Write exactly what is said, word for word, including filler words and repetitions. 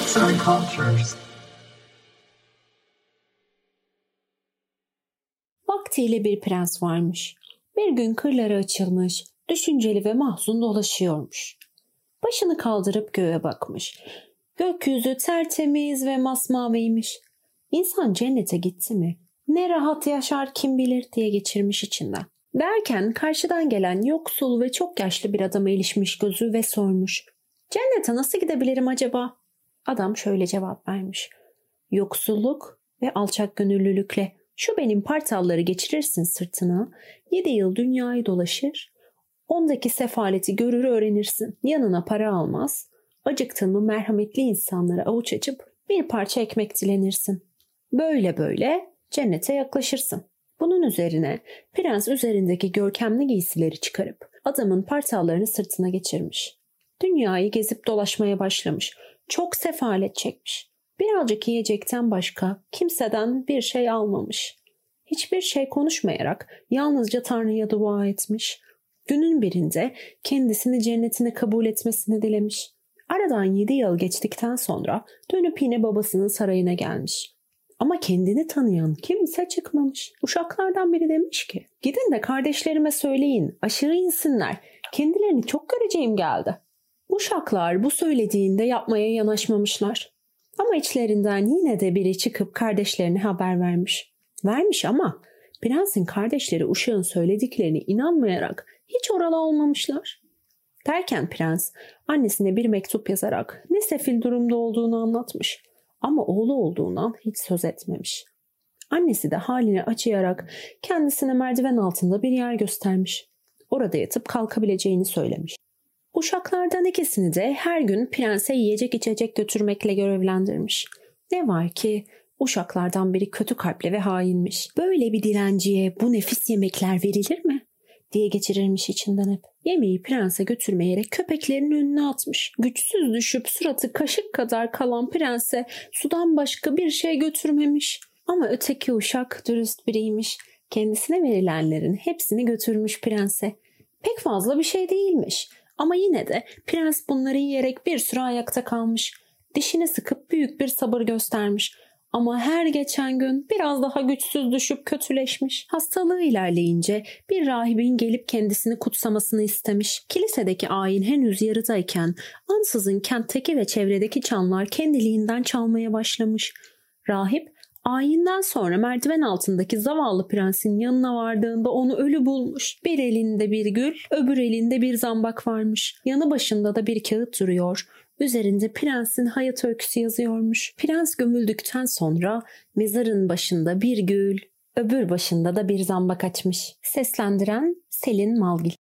Arts and Cultures. Vaktiyle bir prens varmış. Bir gün kırları açılmış, düşünceli ve mahzun dolaşıyormuş. Başını kaldırıp göğe bakmış. Gökyüzü tertemiz ve masmaviymiş. İnsan cennete gitti mi? Ne rahat yaşar kim bilir diye geçirmiş içinden. Derken karşıdan gelen yoksul ve çok yaşlı bir adama ilişmiş gözü ve sormuş. Cennete nasıl gidebilirim acaba? Adam şöyle cevap vermiş. Yoksulluk ve alçak gönüllülükle şu benim partalları geçirirsin sırtına, yedi yıl dünyayı dolaşır, ondaki sefaleti görür öğrenirsin, yanına para almaz, acıktın mı merhametli insanlara avuç açıp bir parça ekmek dilenirsin. Böyle böyle cennete yaklaşırsın. Bunun üzerine prens üzerindeki görkemli giysileri çıkarıp adamın partallarını sırtına geçirmiş. Dünyayı gezip dolaşmaya başlamış. Çok sefalet çekmiş. Birazcık yiyecekten başka kimseden bir şey almamış. Hiçbir şey konuşmayarak yalnızca Tanrı'ya dua etmiş. Günün birinde kendisini cennetine kabul etmesini dilemiş. Aradan yedi yıl geçtikten sonra dönüp yine babasının sarayına gelmiş. Ama kendini tanıyan kimse çıkmamış. Uşaklardan biri demiş ki, gidin de kardeşlerime söyleyin, aşağı insinler. Kendilerini çok göreceğim geldi. Uşaklar bu söylediğinde yapmaya yanaşmamışlar. Ama içlerinden yine de biri çıkıp kardeşlerine haber vermiş. Vermiş ama prensin kardeşleri uşağın söylediklerine inanmayarak hiç oralı olmamışlar. Derken prens annesine bir mektup yazarak ne sefil durumda olduğunu anlatmış. Ama oğlu olduğundan hiç söz etmemiş. Annesi de halini acıyarak kendisine merdiven altında bir yer göstermiş. Orada yatıp kalkabileceğini söylemiş. Uşaklardan ikisini de her gün prense yiyecek içecek götürmekle görevlendirmiş. Ne var ki uşaklardan biri kötü kalpli ve hainmiş. Böyle bir dilenciye bu nefis yemekler verilir mi? Diye geçirirmiş içinden hep. Yemeği prense götürmeyerek köpeklerin önüne atmış. Güçsüz düşüp suratı kaşık kadar kalan prense sudan başka bir şey götürmemiş. Ama öteki uşak dürüst biriymiş. Kendisine verilenlerin hepsini götürmüş prense. Pek fazla bir şey değilmiş. Ama yine de prens bunları yiyerek bir süre ayakta kalmış. Dişini sıkıp büyük bir sabır göstermiş. Ama her geçen gün biraz daha güçsüz düşüp kötüleşmiş. Hastalığı ilerleyince bir rahibin gelip kendisini kutsamasını istemiş. Kilisedeki ayin henüz yarıdayken ansızın kentteki ve çevredeki çanlar kendiliğinden çalmaya başlamış. Rahip ayinden sonra merdiven altındaki zavallı prensin yanına vardığında onu ölü bulmuş. Bir elinde bir gül, öbür elinde bir zambak varmış. Yanı başında da bir kağıt duruyor. Üzerinde prensin hayat öyküsü yazıyormuş. Prens gömüldükten sonra mezarın başında bir gül, öbür başında da bir zambak açmış. Seslendiren Selin Malgil.